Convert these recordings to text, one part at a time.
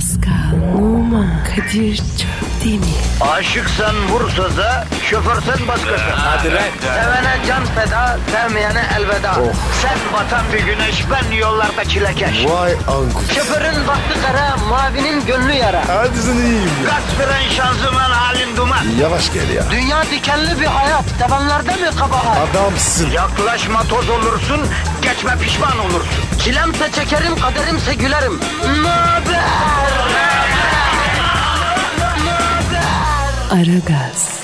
Pascal, Oman, Kadir çok değil mi? Aşıksan vursa da, şoförsen başkasın. Hadi lan. Sevene can feda, sevmeyene elveda. Sen batan bir güneş, ben yollarda çilekeş. Vay anku. Şoförün baktı kara, mavinin gönlü yara. Hadi sen iyiyim ya. Kasperen şanzıman halin duman. Yavaş gel ya. Dünya dikenli bir hayat, sevenlerde mi kabahar? Adamsın. Yaklaşma toz olursun, geçme pişman olursun. Çilemse çekerim, kaderimse gülerim. Möber! Aragaz.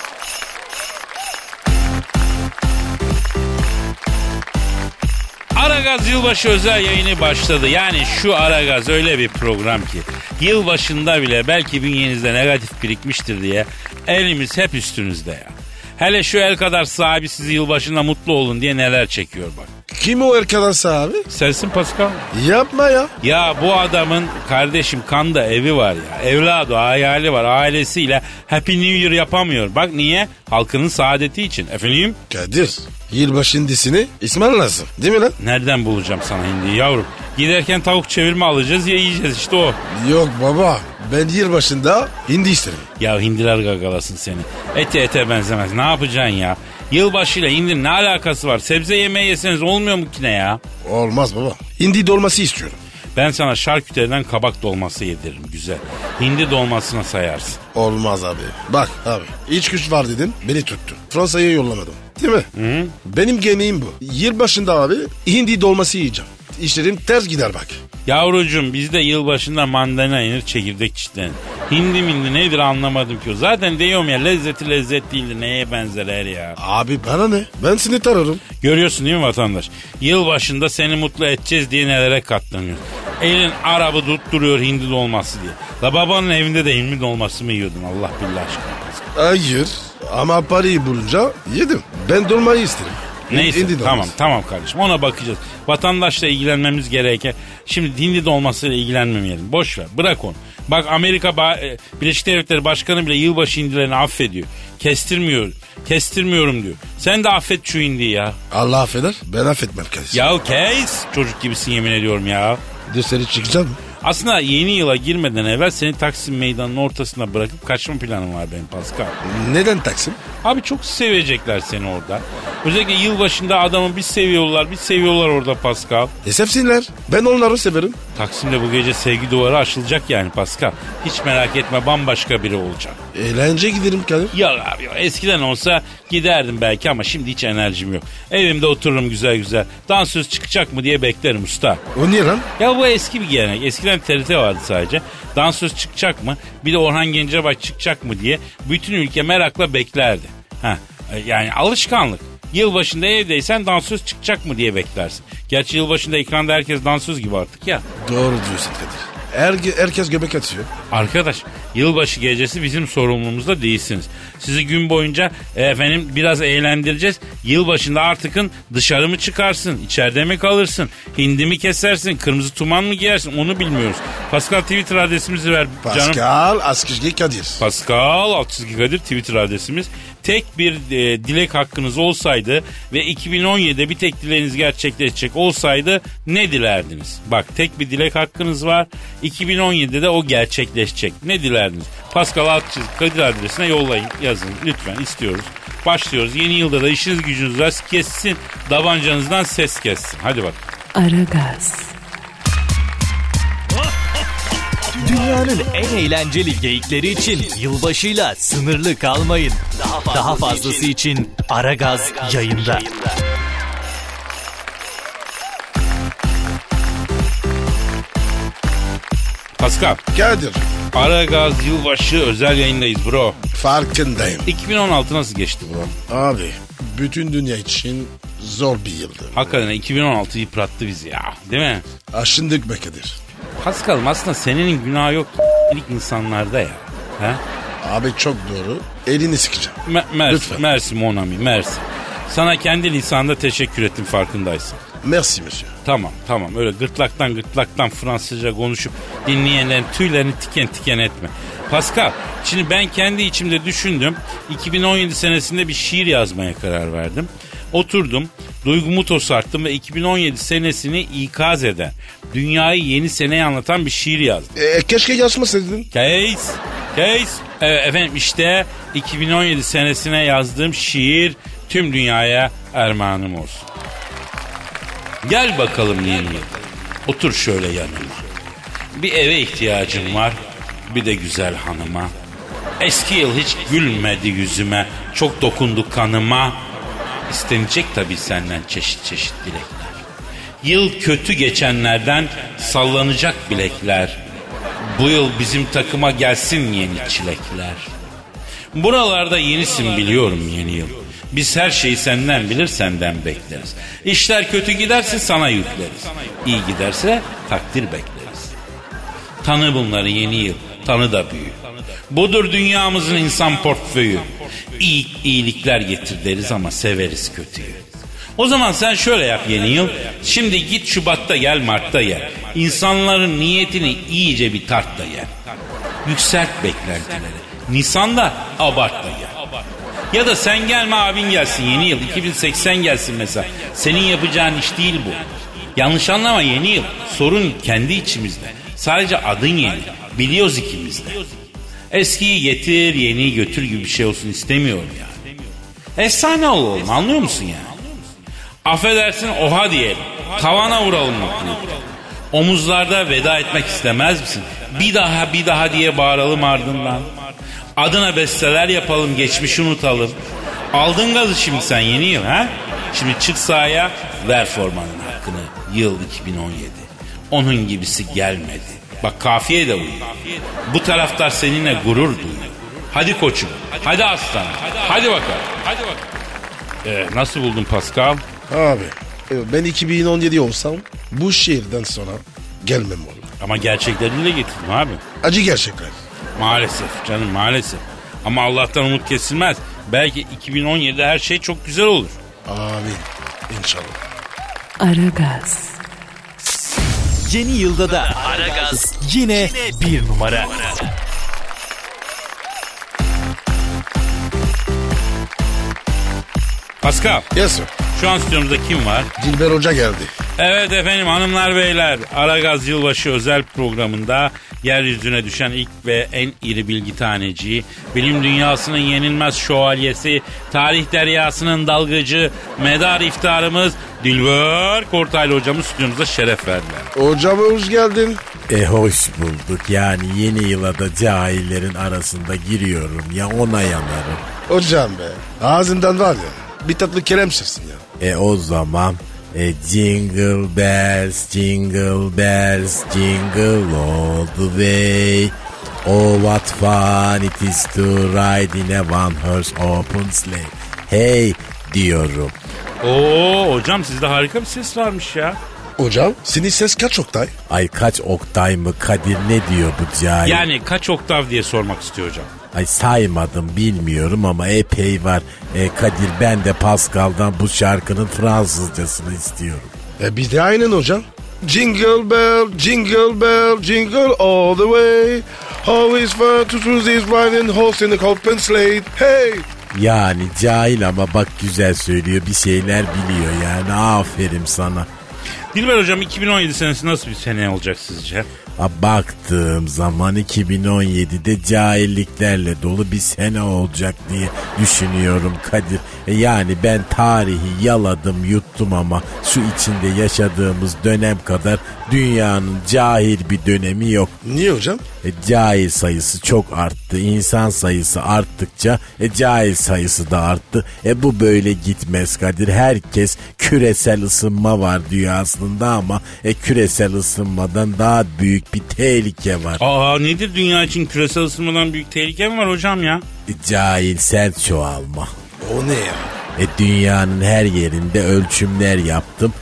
Aragaz yılbaşı özel yayını başladı. Yani şu Aragaz öyle bir program ki yılbaşında bile belki bünyenizde negatif birikmiştir diye elimiz hep üstünüzde ya. Hele şu el kadar sahibi sizi yılbaşında mutlu olun diye neler çekiyor bak. Kim o arkadaş abi? Sensin Pascal. Yapma ya. Ya bu adamın kardeşim Kanda evi var ya. Evladı, hayali var. Ailesiyle Happy New Year yapamıyor. Bak niye? Halkının saadeti için. Efendim? Kadir. Yılbaşı hindisini İsmail lazım. Değil mi lan? Nereden bulacağım sana hindiyi yavrum? Giderken tavuk çevirme alacağız ya yiyeceğiz işte o. Yok baba. Ben yılbaşında hindi isterim. Ya hindiler gagalasın seni. Ete ete benzemez. Ne yapacaksın ya? Yılbaşıyla hindi ne alakası var? Sebze yemeği yeseniz olmuyor mu ki ne ya? Olmaz baba. Hindi dolması istiyorum. Ben sana şarküteriden kabak dolması yediririm güzel. Hindi dolmasına sayarsın. Olmaz abi. Bak abi. İç güç var dedin. Beni tuttu. Fransa'ya yollamadım. Değil mi? Hı? Benim gemiğim bu. Yılbaşında abi hindi dolması yiyeceğim. İşlerim ters gider bak. Yavrucuğum bizde yılbaşında mandalina yenir, çekirdek çitlenir. Hindi mindi nedir anlamadım ki. Zaten diyorum ya lezzeti lezzet değildir. Neye benzer her ya. Abi bana ne? Ben seni tararım. Görüyorsun değil mi vatandaş? Yılbaşında seni mutlu edeceğiz diye nelere katlanıyor. Elin arabı tutturuyor hindi dolması diye. La babanın evinde de hindi dolması mı yiyordun Allah billah aşkına? Hayır. Ama parayı bulunca yedim. Ben dolmayı isterim. Neyse Hindi dolması. tamam kardeşim ona bakacağız. Vatandaşla ilgilenmemiz gereken. Şimdi hindi dolmasıyla ilgilenmemeyelim. Boş ver bırak onu. Bak Amerika Birleşik Devletleri Başkanı bile yılbaşı hindilerini affediyor. Kestirmiyorum diyor. Sen de affet şu hindiyi ya. Allah affeder. Ben affetmem kardeşim. Ya kes. Çocuk gibisin yemin ediyorum ya. Dışarı çıkacağım mı? Aslında yeni yıla girmeden evvel seni Taksim Meydanı'nın ortasına bırakıp kaçma planım var benim Pascal. Neden Taksim? Abi çok sevecekler seni orada. Özellikle yılbaşında adamı bir seviyorlar orada Pascal. Sevsinler. Ben onları severim. Taksim'de bu gece sevgi duvarı aşılacak yani Pascal. Hiç merak etme bambaşka biri olacak. Eğlence giderim Kadir. Ya abi eskiden olsa giderdim belki ama şimdi hiç enerjim yok. Evimde otururum güzel güzel. Dansöz çıkacak mı diye beklerim usta. O niye lan? Ya bu eski bir gelenek. Eskiden TRT vardı sadece. Dansöz çıkacak mı? Bir de Orhan Gencebay çıkacak mı diye bütün ülke merakla beklerdi. Yani alışkanlık. Yılbaşında evdeysen dansöz çıkacak mı diye beklersin. Gerçi yılbaşında ekranda herkes dansöz gibi artık ya. Doğru diyorsun Kadir. Herkes göbek atıyor. Arkadaş yılbaşı gecesi bizim sorumluluğumuzda değilsiniz. Sizi gün boyunca biraz eğlendireceğiz. Yılbaşında artıkın dışarı mı çıkarsın, içeride mi kalırsın, hindi mi kesersin, kırmızı tuman mı giyersin onu bilmiyoruz. Pascal Twitter adresimizi ver canım. Pascal Askışgi Kadir. Pascal Askışgi Kadir Twitter adresimiz. Tek bir dilek hakkınız olsaydı ve 2017'de bir tek dileğiniz gerçekleşecek olsaydı ne dilerdiniz? Bak tek bir dilek hakkınız var. 2017'de de o gerçekleşecek. Ne dilerdiniz? Pascal Askışgi Kadir adresine yollayın, yazın lütfen istiyoruz. Başlıyoruz. Yeni yılda da işiniz gücünüz rast kessin. Davancanızdan ses kessin. Hadi bak. Aragaz. Dünyanın en eğlenceli geyikleri için yılbaşıyla sınırlı kalmayın. Daha fazlası için Aragaz yayında. Pascal. Kadir. Aragaz yılbaşı özel yayındayız bro. Farkındayım. 2016 nasıl geçti bro? Abi bütün dünya için zor bir yıldı. Hakikaten 2016 yıprattı bizi ya değil mi? Aşındık be Kadir. Pascal aslında senenin günahı yok ilk insanlarda ya. He? Abi çok doğru. Elini sıkacağım. Mersi mon ami mersi. Sana kendi lisanında teşekkür ettim farkındaysın. Merci monsieur. Tamam öyle gırtlaktan Fransızca konuşup dinleyenlerin tüylerini tiken tiken etme. Pascal şimdi ben kendi içimde düşündüm. 2017 senesinde bir şiir yazmaya karar verdim. Oturdum duygumu tosarttım ve 2017 senesini ikaz eden, dünyayı yeni seneye anlatan bir şiir yazdım. Keşke yazmasaydın. Case. Evet efendim, işte 2017 senesine yazdığım şiir tüm dünyaya armağanım olsun. Gel bakalım yeni yıl. Otur şöyle yanıma. Bir eve ihtiyacım var, bir de güzel hanıma. Eski yıl hiç gülmedi yüzüme, çok dokundu kanıma. İstenecek tabii senden çeşit çeşit dilekler. Yıl kötü geçenlerden sallanacak bilekler. Bu yıl bizim takıma gelsin yeni çilekler. Buralarda yenisin biliyorum yeni yıl. Biz her şeyi senden bilir, senden bekleriz. İşler kötü giderse sana yükleriz. İyi giderse takdir bekleriz. Tanı bunları yeni yıl, tanı da büyü. Budur dünyamızın insan portföyü. İyilikler getir deriz ama severiz kötüyü. O zaman sen şöyle yap yeni yıl. Şimdi git Şubat'ta gel, Mart'ta gel. İnsanların niyetini iyice bir tart da gel. Yükselt beklentileri. Nisan'da abart da gel. Ya da sen gelme, abin gelsin yeni yıl. 2080 gelsin mesela. Senin yapacağın iş değil bu. Yanlış anlama yeni yıl. Sorun kendi içimizde. Sadece adın yeni. Biliyoruz ikimiz de. Eskiyi getir, yeniyi götür gibi bir şey olsun istemiyorum yani. Efsane olalım, anlıyor musun yani? Affedersin, oha diyelim. Tavana vuralım mutlulukta. Omuzlarda veda etmek istemez misin? Bir daha diye bağıralım ardından. Adına besteler yapalım, geçmişi unutalım. Aldın gazı şimdi sen yeni yıl ha? Şimdi çık sahaya, ver formanın hakkını. Yıl 2017. Onun gibisi gelmedi. Bak kafiye de uyuyor. Bu taraftar seninle gurur duyuyor. Hadi koçum, hadi aslanım, hadi bakalım. Nasıl buldun Pascal? Abi ben 2017 olsam bu şiirden sonra gelmem olur. Ama gerçekleri dile getirdim abi. Acı gerçekler. Maalesef canım, maalesef. Ama Allah'tan umut kesilmez. Belki 2017'de her şey çok güzel olur. Amin. İnşallah. Aragaz. Yeni yılda da Aragaz yine bir numara. Pascal, Yes sir. şu an stüdyomuzda kim var? Dilber Hoca geldi. Evet efendim, hanımlar beyler, Aragaz yılbaşı özel programında yeryüzüne düşen ilk ve en iri bilgi taneciği, bilim dünyasının yenilmez şövalyesi, tarih deryasının dalgıcı, medar iftarımız Dilber Kortaylı hocamız stüdyomuza şeref verdiler. Hocam hoş geldin. Hoş bulduk. Yani yeni yıla da cahillerin arasında giriyorum ya, ona yanarım. Hocam be, ağzından var ya bir tatlı kerem çıksın ya. O zaman jingle bells, jingle bells, jingle all the way. Oh what fun it is to ride in a one horse open sleigh. Hey diyorum. Oo hocam, sizde harika bir ses varmış ya. Hocam senin ses kaç oktay? Ay kaç oktay mı Kadir, ne diyor bu cahil? Yani kaç oktav diye sormak istiyor hocam. Ay saymadım, bilmiyorum ama epey var. Kadir, ben de Pascal'dan bu şarkının Fransızcasını istiyorum. Bir de aynen hocam. Jingle bell, jingle bell, jingle all the way. How is fun to choose this riding horse in the open sleigh. Hey! Yani cahil ama bak güzel söylüyor, bir şeyler biliyor yani, aferin sana. Dilber hocam, 2017 senesi nasıl bir sene olacak sizce? Baktığım zaman 2017'de cahilliklerle dolu bir sene olacak diye düşünüyorum Kadir. Yani ben tarihi yaladım yuttum ama şu içinde yaşadığımız dönem kadar dünyanın cahil bir dönemi yok. Niye hocam? Cahil sayısı çok arttı. İnsan sayısı arttıkça cahil sayısı da arttı. Bu böyle gitmez Kadir. Herkes küresel ısınma var diyor aslında ama küresel ısınmadan daha büyük bir tehlike var. Nedir dünya için küresel ısınmadan büyük tehlike mi var hocam ya? Cahilsel çoğalma. O ne ya? Dünyanın her yerinde ölçümler yaptım.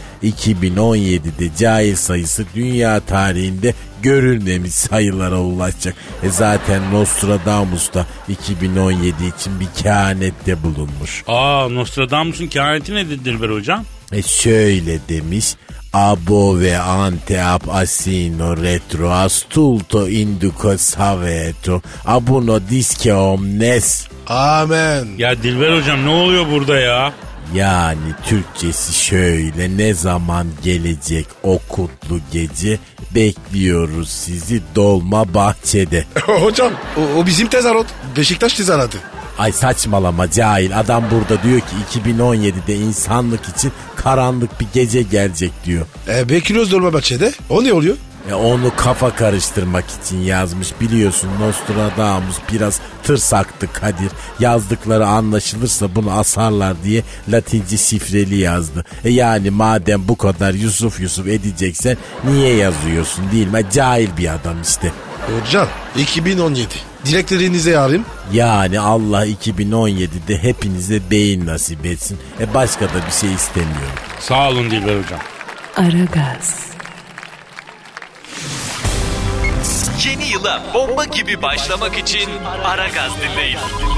2017'de cahil sayısı dünya tarihinde görülmemiş sayılara ulaşacak. Zaten Nostradamus da 2017 için bir kehanette bulunmuş. Nostradamus'un kehaneti nedir Dilber hocam? Şöyle demiş. Abo ve ante ab asino retro astulto induco saveto abuno disque omnes. Amen. Ya Dilber hocam, ne oluyor burada ya? Yani Türkçesi şöyle: ne zaman gelecek o kutlu gece, bekliyoruz sizi Dolmabahçe'de. Hocam o bizim tezahürat. Beşiktaş tezahüratı. Ay saçmalama cahil, adam burada diyor ki 2017'de insanlık için karanlık bir gece gelecek diyor. Bekliyoruz Dolmabahçe'de. O ne oluyor? Onu kafa karıştırmak için yazmış, biliyorsun Nostradamus biraz tırsaktı Kadir. Yazdıkları anlaşılırsa bunu asarlar diye Latince şifreli yazdı. Yani madem bu kadar Yusuf edeceksen niye yazıyorsun, değil mi? Cahil bir adam işte. Hocam 2017. Dileklerinizi arayayım. Yani Allah 2017'de hepinize beyin nasip etsin. Başka da bir şey istemiyorum. Sağ olun Dilber hocam. Aragaz. Yeni yıla bomba gibi başlamak için Aragaz dinleyin.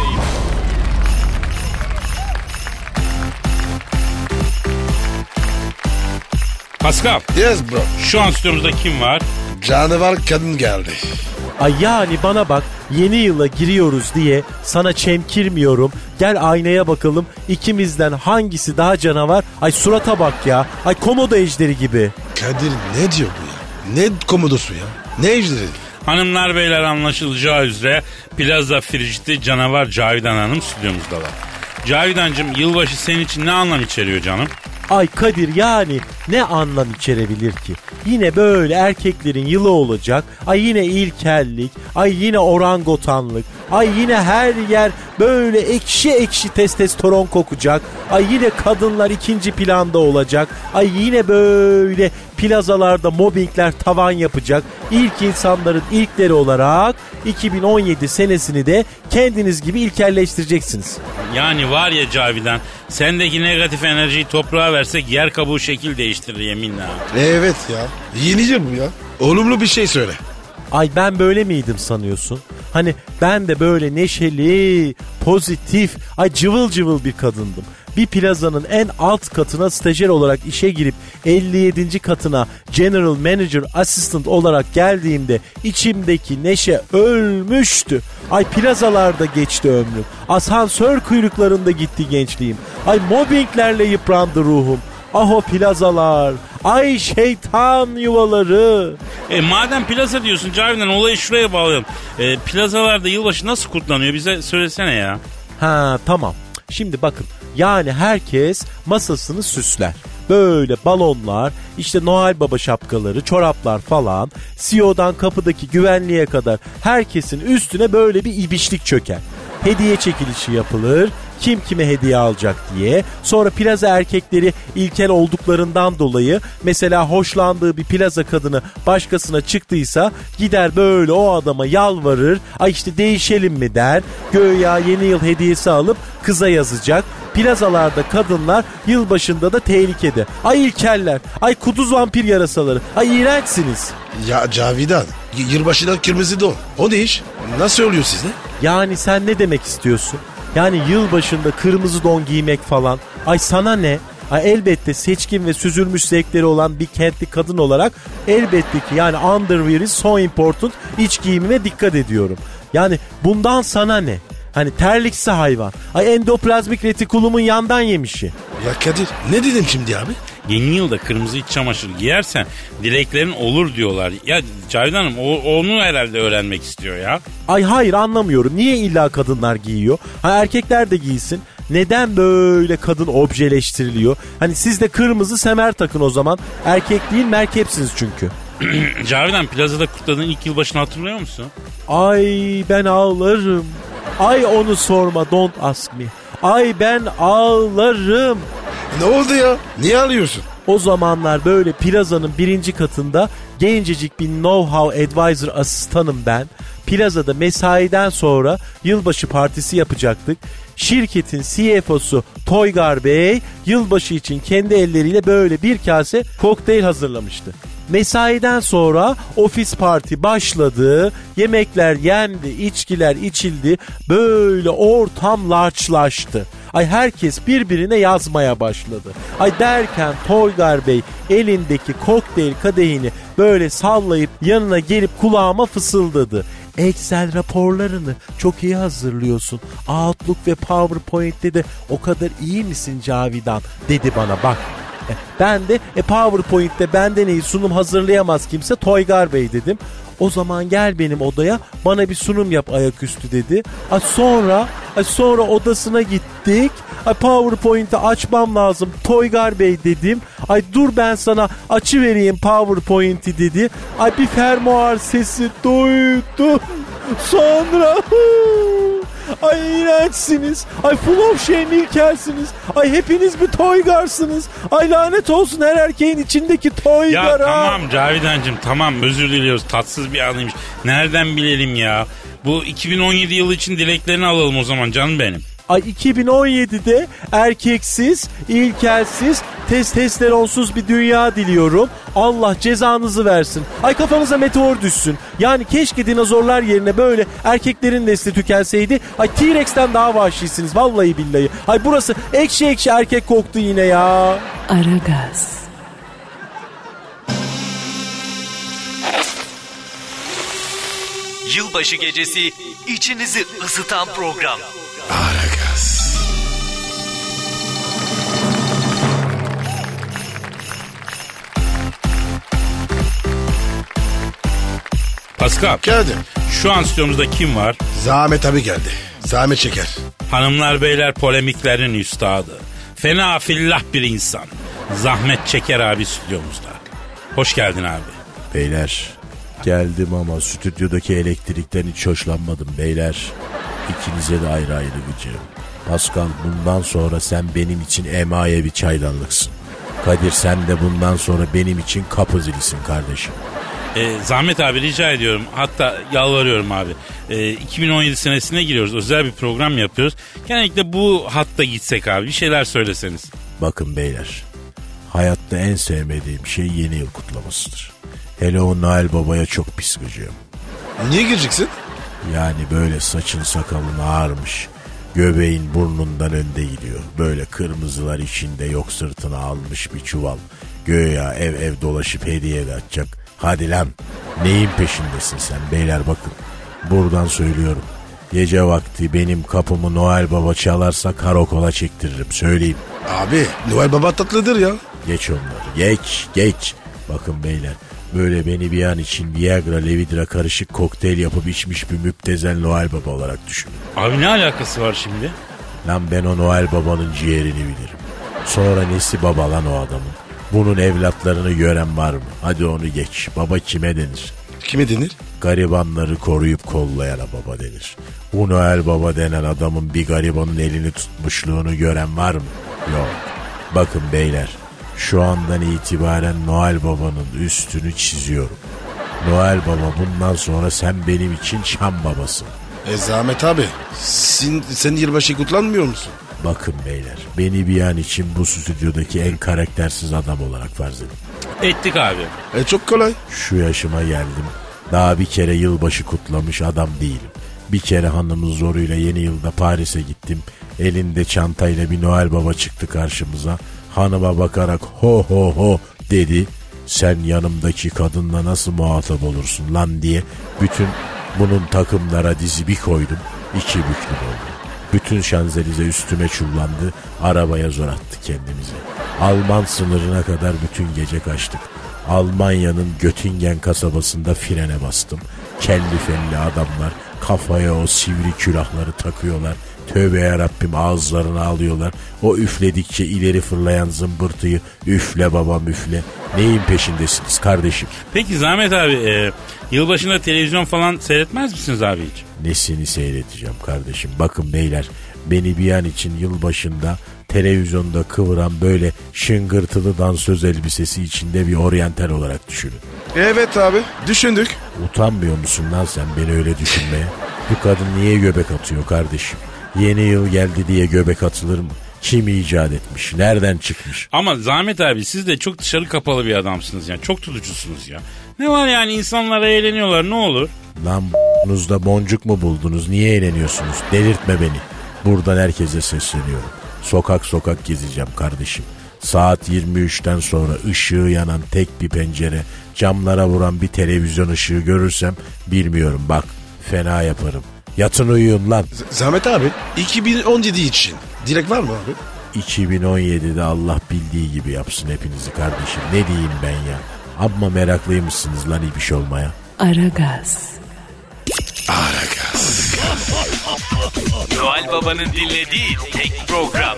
Pascal, Yes bro. şu an stüdyomuzda kim var? Canavar kadın geldi. Ay yani bana bak, yeni yıla giriyoruz diye sana çemkirmiyorum. Gel aynaya bakalım, ikimizden hangisi daha canavar? Ay surata bak ya. Ay komodo ejderi gibi. Kadir ne diyor bu ya? Ne komodosu ya? Ne ejderi? Hanımlar beyler, anlaşılacağı üzere Plaza Frigid'i canavar Cavidan Hanım stüdyomuzda var. Cavidancığım, yılbaşı senin için ne anlam içeriyor canım? Ay Kadir, yani ne anlam içerebilir ki? Yine böyle erkeklerin yılı olacak. Ay yine ilkellik. Ay yine orangotanlık. Ay yine her yer böyle ekşi testosteron kokacak. Ay yine kadınlar ikinci planda olacak. Ay yine böyle plazalarda mobbingler tavan yapacak. İlk insanların ilkleri olarak 2017 senesini de kendiniz gibi ilkelleştireceksiniz. Yani var ya Cavidan, sendeki negatif enerjiyi toprağa versek yer kabuğu şekil değiştirir yeminle. Evet ya. Yeni yıl bu ya. Olumlu bir şey söyle. Ay ben böyle miydim sanıyorsun? Hani ben de böyle neşeli, pozitif, ay cıvıl cıvıl bir kadındım. Bir plazanın en alt katına stajyer olarak işe girip 57. katına General Manager Assistant olarak geldiğimde içimdeki neşe ölmüştü. Ay plazalarda geçti ömrüm. Asansör kuyruklarında gitti gençliğim. Ay mobbinglerle yıprandı ruhum. Ah o plazalar, ay şeytan yuvaları. Madem plaza diyorsun Cavidan, olayı şuraya bağlayalım. Plazalarda yılbaşı nasıl kutlanıyor, bize söylesene ya. Ha tamam. Şimdi bakın, yani herkes masasını süsler. Böyle balonlar, işte Noel Baba şapkaları, çoraplar falan, CEO'dan kapıdaki güvenliğe kadar herkesin üstüne böyle bir ibişlik çöker. Hediye çekilişi yapılır, kim kime hediye alacak diye. Sonra plaza erkekleri ilkel olduklarından dolayı mesela hoşlandığı bir plaza kadını başkasına çıktıysa gider böyle o adama yalvarır. Ay işte değişelim mi der. Göya yeni yıl hediyesi alıp kıza yazacak. Plazalarda kadınlar yılbaşında da tehlikede. Ay ilkeller, ay kuduz vampir yarasaları, ay iğrençsiniz. Ya Cavidan, yılbaşında kırmızı don. O ne iş? Nasıl oluyor sizde? Yani sen ne demek istiyorsun? Yani yılbaşında kırmızı don giymek falan. Ay sana ne? Ay elbette seçkin ve süzülmüş zevkleri olan bir kentli kadın olarak elbette ki yani underwear is so important, iç giyimime dikkat ediyorum. Yani bundan sana ne? Hani terliksi hayvan. Ay endoplazmik retikulumun yandan yemişi. Ya Kadir ne dedim şimdi abi? Yeni yılda kırmızı iç çamaşır giyersen dileklerin olur diyorlar. Ya Cavidan Hanım onu herhalde öğrenmek istiyor ya. Ay hayır, anlamıyorum. Niye illa kadınlar giyiyor? Ha erkekler de giysin. Neden böyle kadın objeleştiriliyor? Hani siz de kırmızı semer takın o zaman. Erkek değil merkepsiniz çünkü. Cavidan, plazada kutladığın ilk yılbaşını hatırlıyor musun? Ay ben ağlarım. Ay onu sorma, don't ask me. Ay ben ağlarım. Ne oldu ya? Niye ağlıyorsun? O zamanlar böyle plazanın 1. katında gencecik bir know-how advisor asistanım ben. Plazada mesaiden sonra yılbaşı partisi yapacaktık. Şirketin CFO'su Toygar Bey yılbaşı için kendi elleriyle böyle bir kase kokteyl hazırlamıştı. Mesaiden sonra ofis parti başladı, yemekler yendi, içkiler içildi, böyle ortam larçlaştı. Ay herkes birbirine yazmaya başladı. Ay derken Toygar Bey elindeki kokteyl kadehini böyle sallayıp yanına gelip kulağıma fısıldadı. Excel raporlarını çok iyi hazırlıyorsun. Outlook ve PowerPoint'te de o kadar iyi misin Cavidan dedi bana bak. Ben de PowerPoint'te benden iyi sunum hazırlayamaz kimse Toygar Bey dedim. O zaman gel benim odaya bana bir sunum yap ayaküstü dedi. Sonra odasına gittik. PowerPoint'i açmam lazım Toygar Bey dedim. Dur ben sana açı vereyim PowerPoint'i dedi. Bir fermuar sesi duydum. Sonra iğrençsiniz. Full of shame ilkelsiniz. Hepiniz bir Toygarsınız. Lanet olsun her erkeğin içindeki Toygar'a. Ya tamam Cavidancığım tamam özür diliyoruz. Tatsız bir anıymış. Nereden bilelim ya? Bu 2017 yılı için dileklerini alalım o zaman canım benim. 2017'de erkeksiz, ilkelsiz, testosteronsuz bir dünya diliyorum. Allah cezanızı versin. Kafanıza meteor düşsün. Yani keşke dinozorlar yerine böyle erkeklerin nesli tükenseydi. T-Rex'ten daha vahşisiniz vallahi billahi. Burası ekşi ekşi erkek koktu yine ya. Aragaz. Yılbaşı gecesi içinizi ısıtan program. Aragaz. Pascal. Geldim. Şu an stüdyomuzda kim var? Zahmet abi geldi. Zahmet çeker. Hanımlar beyler polemiklerin üstadı. Fena fillah bir insan. Zahmet Çeker abi stüdyomuzda. Hoş geldin abi. Beyler geldim ama stüdyodaki elektrikten hiç hoşlanmadım beyler. İkinize de ayrı ayrı gıcığım. Pascal bundan sonra sen benim için emaye bir çaydanlıksın. Kadir sen de bundan sonra benim için kapı zilisin kardeşim. Zahmet abi rica ediyorum. Hatta yalvarıyorum abi. 2017 senesine giriyoruz. Özel bir program yapıyoruz. Genellikle bu hatta gitsek abi. Bir şeyler söyleseniz. Bakın beyler. Hayatta en sevmediğim şey yeni yıl kutlamasıdır. Hele o Noel Baba'ya çok pis gıcığım. Niye gireceksin? Yani böyle saçın sakalın ağarmış. Göbeğin burnundan önde gidiyor. Böyle kırmızılar içinde yok sırtına almış bir çuval. Göya ev dolaşıp hediye de atacak. Hadi lan neyin peşindesin sen beyler bakın. Buradan söylüyorum. Gece vakti benim kapımı Noel Baba çalarsa karakola çektiririm söyleyeyim. Abi Noel Baba tatlıdır ya. Geç onları geç. Bakın beyler böyle beni bir an için Viagra Levidra karışık kokteyl yapıp içmiş bir müptezel Noel Baba olarak düşünün. Abi ne alakası var şimdi? Lan ben o Noel Baba'nın ciğerini bilirim. Sonra nesi baba lan o adamın? Bunun evlatlarını gören var mı? Hadi onu geç. Baba kime denir? Kime denir? Garibanları koruyup kollayana baba denir. Bu Noel Baba denen adamın bir garibanın elini tutmuşluğunu gören var mı? Yok. Bakın beyler, şu andan itibaren Noel Baba'nın üstünü çiziyorum. Noel Baba bundan sonra sen benim için Şam babasın. Zahmet abi sen yılbaşı kutlanmıyor musun? Bakın beyler, beni bir an için bu stüdyodaki en karaktersiz adam olarak farz edin. Ettik abi. Çok kolay. Şu yaşıma geldim. Daha bir kere yılbaşı kutlamış adam değilim. Bir kere hanımın zoruyla yeni yılda Paris'e gittim. Elinde çantayla bir Noel Baba çıktı karşımıza. Hanıma bakarak ho ho ho dedi. Sen yanımdaki kadınla nasıl muhatap olursun lan diye bütün bunun takımlara dizi bir koydum. İki büklüm oldu. Bütün Şanzelize üstüme çullandı. Arabaya zor attık kendimizi. Alman sınırına kadar bütün gece kaçtık. Almanya'nın Göttingen kasabasında frene bastım. Kelli felli adamlar kafaya o sivri külahları takıyorlar. Tövbe yarabbim ağızlarına alıyorlar. O üfledikçe ileri fırlayan zımbırtıyı üfle babam üfle. Neyin peşindesiniz kardeşim? Peki Zahmet abi yılbaşında televizyon falan seyretmez misiniz abi hiç? Nesini seyredeceğim kardeşim? Bakın beyler, beni bir an için yılbaşında televizyonda kıvıran böyle şıngırtılı dansöz elbisesi içinde bir oryantal olarak düşünün. Evet abi düşündük. Utanmıyor musun lan sen beni öyle düşünmeye? Bu kadın niye göbek atıyor kardeşim? Yeni yıl geldi diye göbek atılır mı? Kim icat etmiş? Nereden çıkmış? Ama Zahmet abi siz de çok dışarı kapalı bir adamsınız yani. Çok tutucusunuz ya. Ne var yani insanlar eğleniyorlar ne olur? Lan b***nuzda boncuk mu buldunuz? Niye eğleniyorsunuz? Delirtme beni. Buradan herkese sesleniyorum. Sokak sokak gezeceğim kardeşim. Saat 23'ten sonra ışığı yanan tek bir pencere, camlara vuran bir televizyon ışığı görürsem bilmiyorum bak. fena yaparım. Yatın uyuyun lan. Zahmet abi 2017 için dilek var mı abi? 2017'de Allah bildiği gibi yapsın hepinizi kardeşim. Ne diyeyim ben ya? Amma meraklıymışsınız lan iyi bir şey olmaya. Aragaz, Aragaz. Noel Baba'nın dinlediği tek program.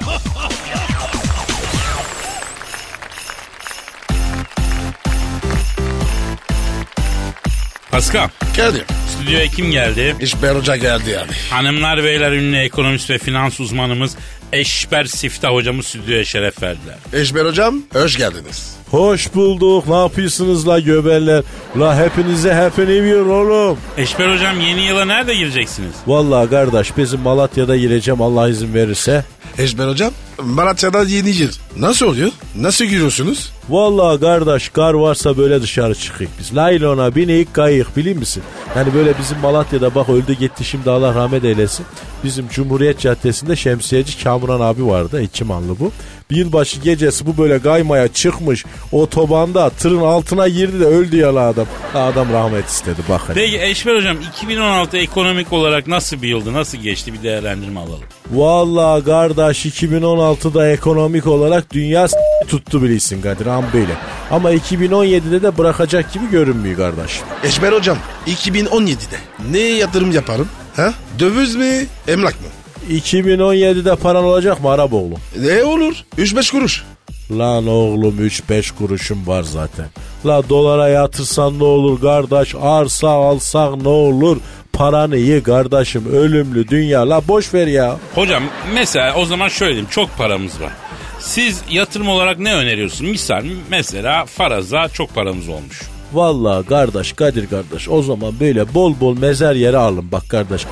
Pascal, Geldim. stüdyoya kim geldi? İşber Hoca geldi abi. Hanımlar beyler, ünlü ekonomist ve finans uzmanımız Eşber Siftah hocamız stüdyoya şeref verdiler. İşber Hocam hoş geldiniz. Hoş bulduk. Ne yapıyorsunuz la göbeller? La hepinize happy new year oğlum. Eşber hocam, yeni yıla nerede gireceksiniz? Vallahi kardeş bizim Malatya'da gireceğim Allah izin verirse. İşber Hocam Malatya'da yeni yıl. Nasıl oluyor? Nasıl giriyorsunuz? Vallahi kardeş kar varsa böyle dışarı çıkıyık biz. Laylona bineyik kayık biliyor musun? Yani böyle bizim Malatya'da bak öldü gitti şimdi Allah rahmet eylesin. Bizim Cumhuriyet Caddesi'nde şemsiyeci Kamuran abi vardı. İçimanlı bu. Bir yılbaşı gecesi bu böyle kaymaya çıkmış otobanda tırın altına girdi de öldü ya adam. Adam rahmet istedi bakın. Peki Eşber hocam, 2016 ekonomik olarak nasıl bir yıldı? Nasıl geçti? Bir değerlendirme alalım. Vallahi kardeş 2016'da ekonomik olarak dünya tuttu bilirsin Kadir am böyle. Ama 2017'de de bırakacak gibi görünmüyor kardeş. İşber Hocam 2017'de ne yatırım yaparım? Ha? Döviz mi emlak mı? 2017'de paran olacak mı Araboğlu? Ne olur? 3-5 kuruş. Lan oğlum 3-5 kuruşum var zaten. La dolara yatırsan ne olur kardeş, arsa alsak ne olur? Paranı ye kardeşim, ölümlü dünya la boş ver ya. Hocam mesela o zaman şöyle diyeyim, çok paramız var. Siz yatırım olarak ne öneriyorsunuz? Misal mesela faraza çok paramız olmuş. Vallahi kardeş Kadir kardeş o zaman böyle bol bol mezar yeri alın bak kardeş.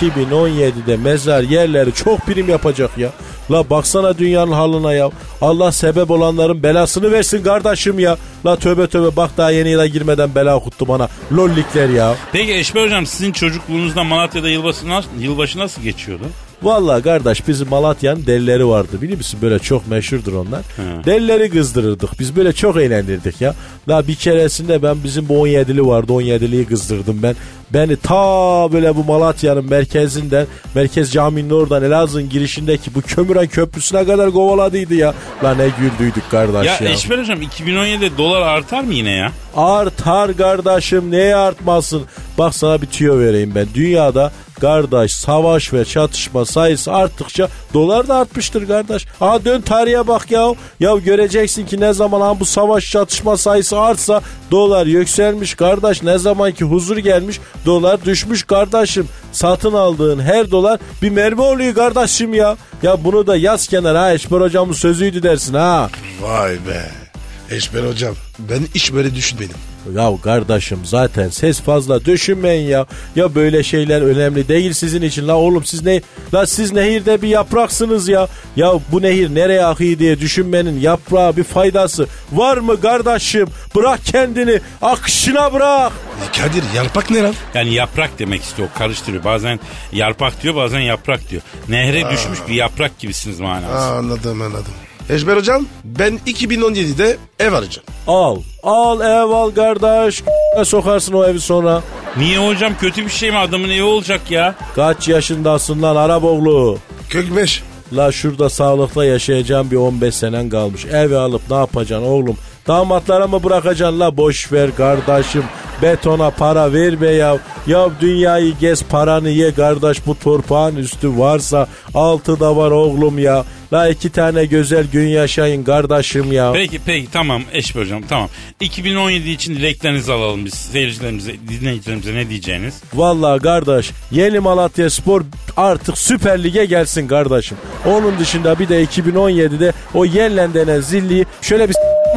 2017'de mezar yerleri çok prim yapacak ya. La baksana dünyanın haline ya. Allah sebep olanların belasını versin kardeşim ya. La tövbe tövbe bak daha yeni yıla girmeden bela okuttu bana. Lollikler ya. Peki Eşber hocam, sizin çocukluğunuzda Malatya'da yılbaşı nasıl geçiyordu? Vallahi kardeş bizim Malatya'nın delileri vardı biliyor musun? Böyle çok meşhurdur onlar. Delileri kızdırırdık. Biz böyle çok eğlendirdik ya. La bir keresinde ben bizim bu 17'li vardı. 17'liyi kızdırdım ben. Beni ta böyle bu Malatya'nın merkezinden, Merkez Camii'nin oradan Elazığ'ın girişindeki bu Kömüren Köprüsü'ne kadar kovaladıydı ya. La ne güldüydük kardeş ya. Ya Eşber hocam 2017'de dolar artar mı yine ya? Artar kardeşim, neye artmasın? Bak sana bir tüyo vereyim ben. Dünyada kardeş savaş ve çatışma sayısı arttıkça dolar da artmıştır kardeş. Aa dön tarihe bak ya. Ya göreceksin ki ne zaman bu savaş çatışma sayısı artsa dolar yükselmiş kardeş. Ne zaman ki huzur gelmiş dolar düşmüş kardeşim. Satın aldığın her dolar bir mermi oluyor kardeşim ya. Ya bunu da yaz kenara ha, Eşber hocamın sözüydü dersin ha. Vay be. Eşber Hocam ben hiç böyle düşünmedim. Ya kardeşim zaten ses fazla düşünmeyin ya. Ya böyle şeyler önemli değil sizin için. La oğlum siz nehirde bir yapraksınız ya. Ya bu nehir nereye akıyor diye düşünmenin yaprağa bir faydası var mı kardeşim? Bırak kendini akışına bırak. Kadir yarpak ne lan? Yani yaprak demek istiyor, karıştırıyor. Bazen yarpak diyor, bazen yaprak diyor. Nehre düşmüş bir yaprak gibisiniz manası. Anladım. Eşber Hocam ben 2017'de ev arayacağım. Al ev al kardeş. Sokarsın o evi sonra. Niye hocam, kötü bir şey mi? Adamın evi olacak ya. Kaç yaşındasın lan Araboğlu? 45. La şurada sağlıkla yaşayacağım bir 15 senen kalmış. Evi alıp ne yapacaksın oğlum? Damatlara mı bırakacaksın la? Boş ver kardeşim. Betona para ver be ya. Ya dünyayı gez, paranı ye kardeş. Bu torpağın üstü varsa altı da var oğlum ya. La 2 tane güzel gün yaşayın kardeşim ya. Peki tamam Eşber hocam, tamam. 2017 için dileklerinizi alalım biz. Seyircilerimize, dinleyicilerimize ne diyeceğiniz? Vallahi kardeş yeni Malatyaspor artık Süper Lig'e gelsin kardeşim. Onun dışında bir de 2017'de o Yellen denen zilliyi şöyle bir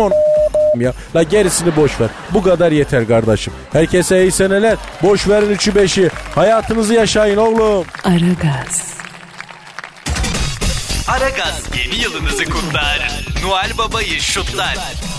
ya. La gerisini boş ver. Bu kadar yeter kardeşim. Herkese iyi seneler. Boş verin 3'ü 5'i. Hayatınızı yaşayın oğlum. Aragaz, Aragaz yeni yılınızı kutlar. Noel Baba'yı şutlar.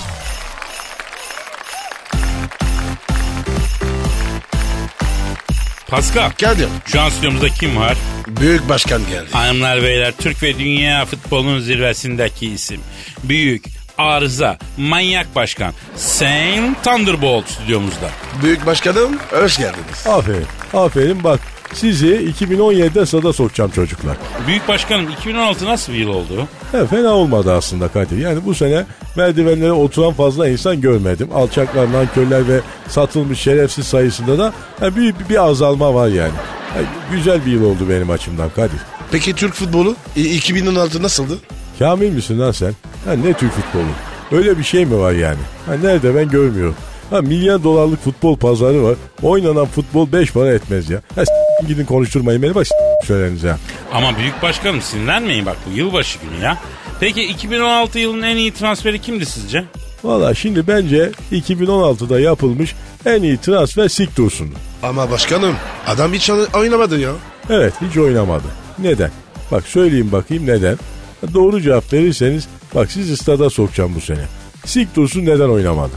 Pascal, Kadir. şu an stüdyomuzda kim var? Büyük başkan geldi. Hanımlar beyler, Türk ve dünya futbolunun zirvesindeki isim. Büyük, arıza, manyak başkan Sayın Thunderbolt stüdyomuzda. Büyük başkanım hoş geldiniz. Aferin. Aferin bak. Sizi 2017'de sada sokacağım çocuklar. Büyük başkanım 2016 nasıl bir yıl oldu? Fena olmadı aslında Kadir. Yani bu sene merdivenlere oturan fazla insan görmedim. Alçaklar, nankörler ve satılmış şerefsiz sayısında da büyük bir azalma var yani. Güzel bir yıl oldu benim açımdan Kadir. Peki Türk futbolu 2016 nasıldı? Kamil misin lan sen? Ne Türk futbolu? Öyle bir şey mi var yani? Nerede ben görmüyorum. Milyar dolarlık futbol pazarı var. Oynanan futbol 5 para etmez ya. Gidin konuşturmayın beni bak söyleriniz ya. Ama büyük başkanım sinirlenmeyin bak bu yılbaşı günü ya. Peki 2016 yılının en iyi transferi kimdi sizce? Valla şimdi bence 2016'da yapılmış en iyi transfer Sik Dursun'du. Ama başkanım adam hiç oynamadı ya. Evet hiç oynamadı. Neden? Bak söyleyeyim bakayım neden. Doğru cevap verirseniz bak sizi stada sokacağım bu sene. Sik Dursun neden oynamadı?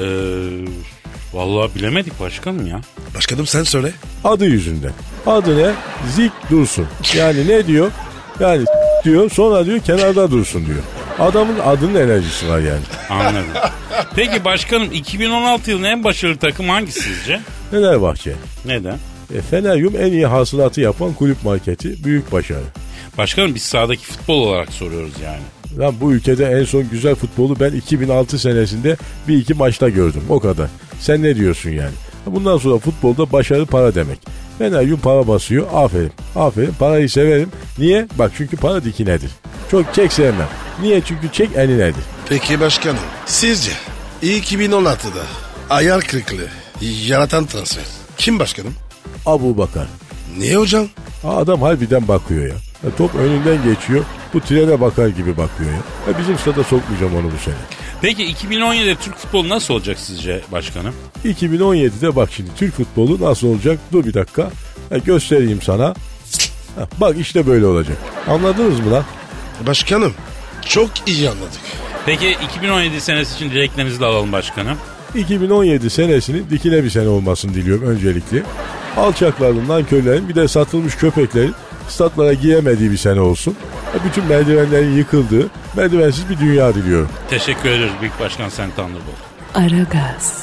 Vallahi bilemedik başkanım ya. Başkanım sen söyle. Adı yüzünden. Adı ne? Zik Dursun. Yani ne diyor? Yani diyor sonra diyor kenarda dursun diyor. Adamın adının enerjisi var yani. Anladım. Peki başkanım 2016 yılının en başarılı takım hangisi sizce? Fenerbahçe. Neden? Feneryum en iyi hasılatı yapan kulüp marketi. Büyük başarı. Başkanım biz sahadaki futbol olarak soruyoruz yani. Lan bu ülkede en son güzel futbolu ben 2006 senesinde bir iki maçta gördüm. O kadar. Sen ne diyorsun yani? Bundan sonra futbolda başarı para demek. Feneryum para basıyor. Aferin. Aferin. Parayı severim. Niye? Bak çünkü para dikinedir. Çok çek sevmem. Niye? Çünkü çek eninedir. Peki başkanım sizce 2016'da ayar kırıklığı yaratan transfer kim başkanım? Abubakar. Niye hocam? Adam harbiden bakıyor ya. Top önünden geçiyor. Bu trene bakar gibi bakıyor ya. Bizim stada sokmayacağım onu bu sene. Peki 2017'de Türk futbolu nasıl olacak sizce başkanım? 2017'de bak şimdi Türk futbolu nasıl olacak? Dur bir dakika. Göstereyim sana. Bak işte böyle olacak. Anladınız mı lan? Başkanım çok iyi anladık. Peki 2017 senesi için dileklerinizi de alalım başkanım. 2017 senesinin dikine bir sene olmasını diliyorum öncelikle. Alçakların, nankörlerin bir de satılmış köpeklerin statlara giremediği bir sene olsun. Bütün merdivenlerin yıkıldığı merdivensiz bir dünya diliyorum. Teşekkür ederiz Büyük Başkan Sen Thunderbolt. Aragaz,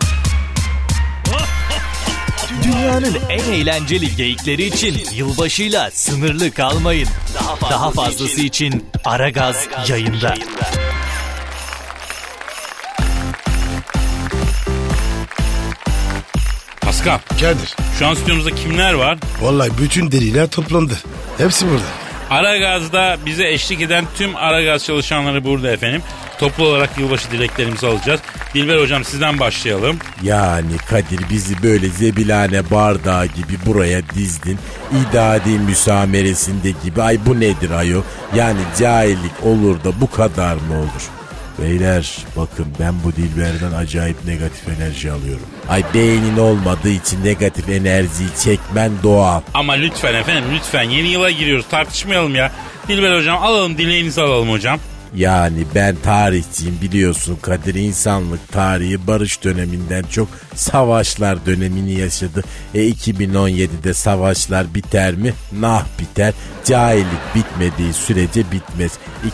Dünyanın en eğlenceli geyikleri için yılbaşıyla sınırlı kalmayın. Daha fazlası için Aragaz yayında. Pascal, Kadir. şu an stüdyomuzda kimler var? Vallahi bütün deliler toplandı. Hepsi burada. Aragaz'da bize eşlik eden tüm Aragaz çalışanları burada efendim. Toplu olarak yılbaşı dileklerimizi alacağız. Dilber hocam sizden başlayalım. Yani Kadir bizi böyle zebilane bardağı gibi buraya dizdin. İdadi müsameresinde gibi. Ay bu nedir ayol? Yani cahillik olur da bu kadar mı olur? Beyler bakın ben bu Dilber'den acayip negatif enerji alıyorum. Ay beynin olmadığı için negatif enerjiyi çekmen doğal. Ama lütfen efendim lütfen yeni yıla giriyoruz tartışmayalım ya. Dilber hocam alalım dileğinizi alalım hocam. Yani ben tarihçiyim biliyorsun Kadir, insanlık tarihi barış döneminden çok savaşlar dönemini yaşadı. 2017'de savaşlar biter mi? Nah biter. Cahillik bitmediği sürece bitmez.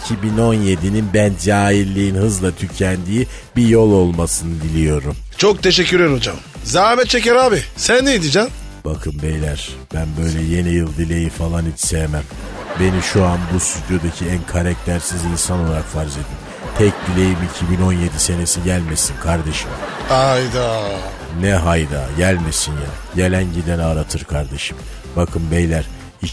2017'nin ben cahilliğin hızla tükendiği bir yol olmasını diliyorum. Çok teşekkür ederim hocam. Zahmet çeker abi. Sen ne diyeceksin? Bakın beyler ben böyle yeni yıl dileği falan hiç sevmem. Beni şu an bu stüdyodaki en karaktersiz insan olarak farz edin. Tek dileğim 2017 senesi gelmesin kardeşim. Hayda. Ne hayda gelmesin ya. Gelen gideni aratır kardeşim. Bakın beyler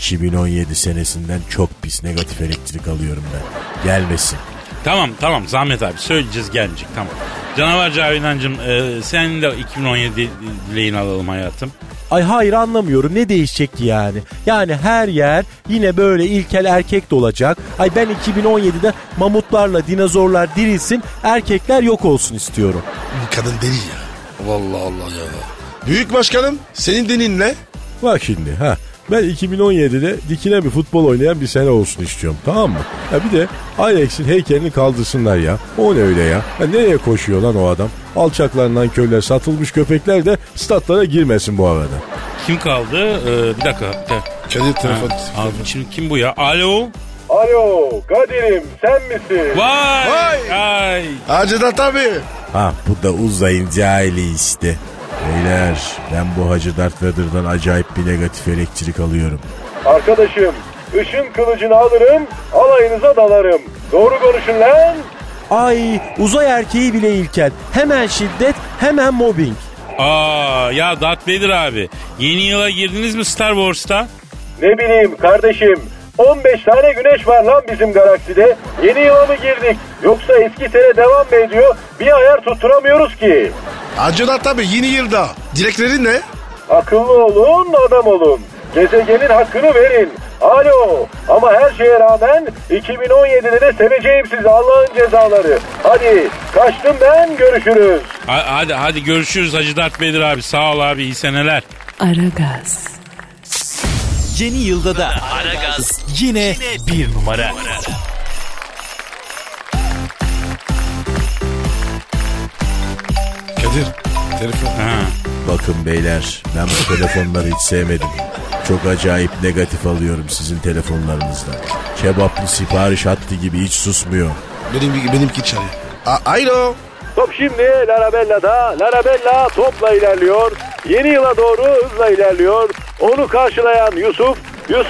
2017 senesinden çok pis negatif elektrik alıyorum ben. Gelmesin. Tamam Zahmet abi söyleyeceğiz gelmeyecek tamam. Canavar Cavidancığım senin de 2017 dileğini alalım hayatım. Ay hayır anlamıyorum ne değişecek ki yani? Yani her yer yine böyle ilkel erkek dolacak. Ay ben 2017'de mamutlarla dinozorlar dirilsin, erkekler yok olsun istiyorum. Bu kadın deli ya. Vallahi Allah ya. Büyük başkanım senin dinin ne? Bak şimdi ben 2017'de dikine bir futbol oynayan bir sene olsun istiyorum, tamam mı? Bir de Alex'in heykelini kaldırsınlar ya. O ne öyle ya? Nereye koşuyor lan o adam? Alçaklarından köyler, satılmış köpekler de statlara girmesin bu arada. Kim kaldı? Bir dakika. Kadir telefon. Abi şimdi kim bu ya? Alo. Alo Kadir'im sen misin? Vay. Vay. Ay. Hacı Dert abi. Ha bu da uzayın cahili işte. Beyler ben bu Hacı Darth Vader'dan acayip bir negatif elektrik alıyorum. Arkadaşım ışın kılıcını alırım alayınıza dalarım. Doğru konuşun lan. Ay uzay erkeği bile ilkel. Hemen şiddet, hemen mobbing. Aa ya Darth Vader abi. Yeni yıla girdiniz mi Star Wars'ta? Ne bileyim kardeşim 15 tane güneş var lan bizim galakside. Yeni yıla mı girdik yoksa eski sene devam mı ediyor? Bir ayar tutturamıyoruz ki. Hacı Dert abi yeni yılda. Dileklerin ne? Akıllı olun adam olun. Gezegenin hakkını verin. Alo ama her şeye rağmen 2017'de de seveceğim sizi Allah'ın cezaları. Hadi kaçtım ben görüşürüz. Hadi görüşürüz Hacı Darth Vader abi. Sağ ol abi iyi seneler. Aragaz. Yeni yılda da Aragaz yine bir numara. Kadir telefon. Ha. Bakın beyler ben bu telefonları hiç sevmedim. Çok acayip negatif alıyorum sizin telefonlarınızdan. Kebaplı sipariş hattı gibi hiç susmuyor. Benimki çalıyor. Alo. Top şimdi Larabella'da. Larabella topla ilerliyor. Yeni yıla doğru hızla ilerliyor. Onu karşılayan Yusuf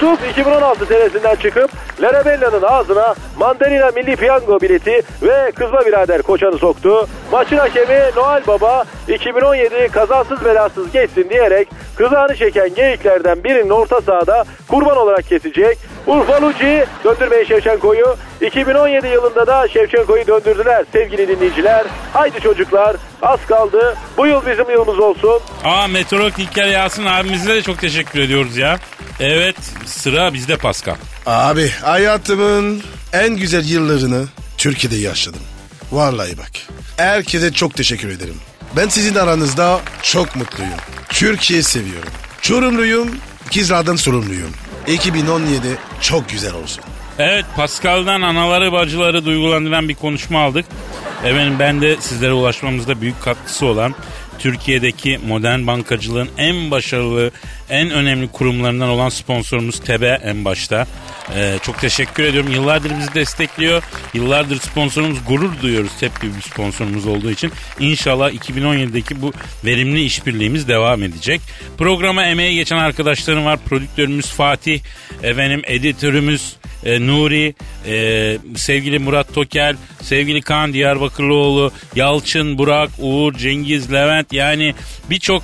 2016 senesinden çıkıp Larabella'nın ağzına mandalina milli piyango bileti ve kızma birader koçanı soktu. Maçın hakemi Noel Baba 2017 kazasız belasız geçsin diyerek kızağını çeken geyiklerden birinin orta sahada kurban olarak kesecek. Urfa Luci döndürmeyi Şevçenko'yu. 2017 yılında da Şevçenko'yu döndürdüler sevgili dinleyiciler. Haydi çocuklar az kaldı. Bu yıl bizim yılımız olsun. Meteorolog İlker Yasin abimize de çok teşekkür ediyoruz ya. Evet sıra bizde Pascal. Abi hayatımın en güzel yıllarını Türkiye'de yaşadım. Vallahi bak. Herkese çok teşekkür ederim. Ben sizin aranızda çok mutluyum. Türkiye seviyorum. Çorumluyum, İkizler'den sorumluyum. 2017 çok güzel olsun. Evet Pascal'dan anaları bacıları duygulandıran bir konuşma aldık. Efendim ben de sizlere ulaşmamızda büyük katkısı olan Türkiye'deki modern bankacılığın en başarılı, en önemli kurumlarından olan sponsorumuz TEBE en başta. Çok teşekkür ediyorum. Yıllardır bizi destekliyor. Yıllardır sponsorumuz, gurur duyuyoruz TEB gibi bir sponsorumuz olduğu için. İnşallah 2017'deki bu verimli işbirliğimiz devam edecek. Programa emeği geçen arkadaşlarım var. Prodüktörümüz Fatih, efendim editörümüz Nuri, sevgili Murat Tokel, sevgili Kaan Diyarbakırlıoğlu, Yalçın, Burak, Uğur, Cengiz, Levent, yani birçok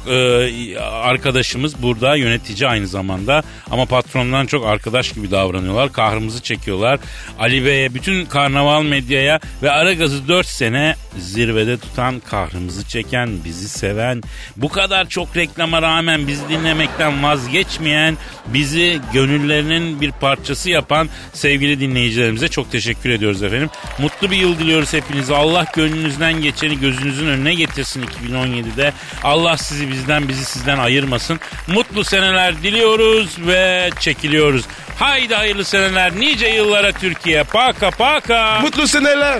arkadaşımız burada yönetici aynı zamanda ama patrondan çok arkadaş gibi davranıyorlar. Kahrımızı çekiyorlar. Ali Bey'e, bütün karnaval medyaya ve Aragaz'ı 4 sene zirvede tutan, kahrımızı çeken, bizi seven, bu kadar çok reklama rağmen bizi dinlemekten vazgeçmeyen, bizi gönüllerinin bir parçası yapan sevgili dinleyicilerimize çok teşekkür ediyoruz efendim. Mutlu bir yıl diliyoruz hepinize. Allah gönlünüzden geçeni gözünüzün önüne getirsin 2017'de. Allah sizi bizden, bizi sizden ayırmasın. Mutlu seneler diliyoruz ve çekiliyoruz. Haydi hayırlı seneler, nice yıllara Türkiye. Paka paka. Mutlu seneler.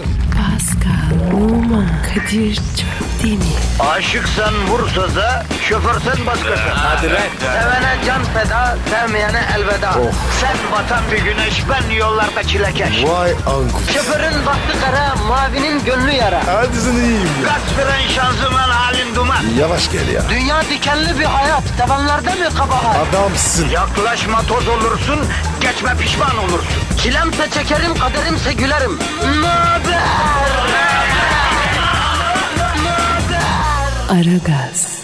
Pascal, Oman, Kadir çok değil mi? Aşıksan vursa da, şoförsen başkasın. Hadi lan. Sevene can feda, sevmeyene elveda. Sen batan bir güneş, ben yollarda çilekeş. Vay anku. Şoförün baktı kara, mavinin gönlü yara. Hadi sen iyiyim ya. Kasperen şanzıman halin duman. Yavaş gel ya. Dünya dikenli bir hayat, sevenlerde mi kabahar? Adamsın. Yaklaşma toz olursun, geçme pişman olursun. Çilemse çekerim, kaderimse gülerim. Möber! Aragaz.